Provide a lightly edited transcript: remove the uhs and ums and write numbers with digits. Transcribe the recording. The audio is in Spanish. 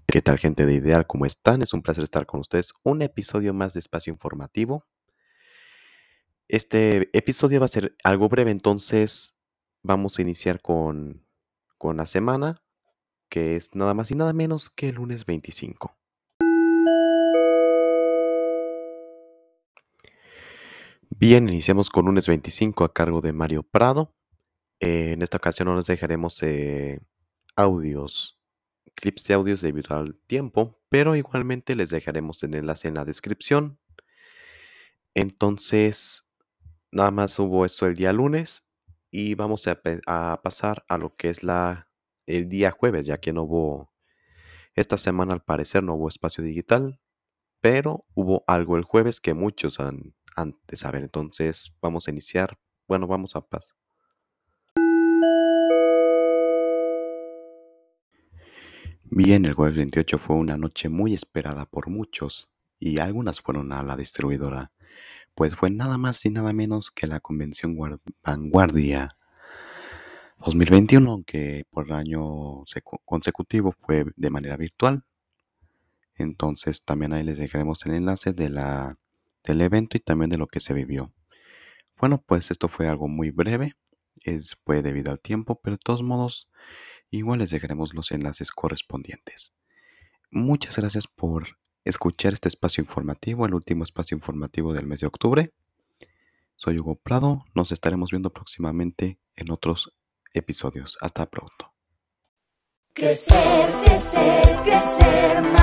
¿Qué tal, gente de Ideal? ¿Cómo están? Es un placer estar con ustedes. Un episodio más de Espacio Informativo. Este episodio va a ser algo breve, entonces vamos a iniciar con la semana, que es nada más y nada menos que el lunes 25. Bien, iniciamos con lunes 25 a cargo de Mario Prado. En esta ocasión no les dejaremos audios, clips de audios debido al tiempo, pero igualmente les dejaremos el enlace en la descripción. Entonces, nada más hubo esto el día lunes y vamos a pasar a lo que es el día jueves, ya que no hubo, esta semana al parecer no hubo espacio digital, pero hubo algo el jueves que muchos han de saber. Entonces vamos a iniciar, bueno, vamos a pasar. Bien, el jueves 28 fue una noche muy esperada por muchos y algunas fueron a la distribuidora, pues fue nada más y nada menos que la convención Vanguardia 2021, aunque por año consecutivo fue de manera virtual. Entonces también ahí les dejaremos el enlace del evento y también de lo que se vivió. Bueno, pues esto fue algo muy breve, fue debido al tiempo, pero de todos modos igual les dejaremos los enlaces correspondientes. Muchas gracias por escuchar este espacio informativo, el último espacio informativo del mes de octubre. Soy Hugo Prado, nos estaremos viendo próximamente en otros episodios. Hasta pronto. Crecer, crecer, crecer.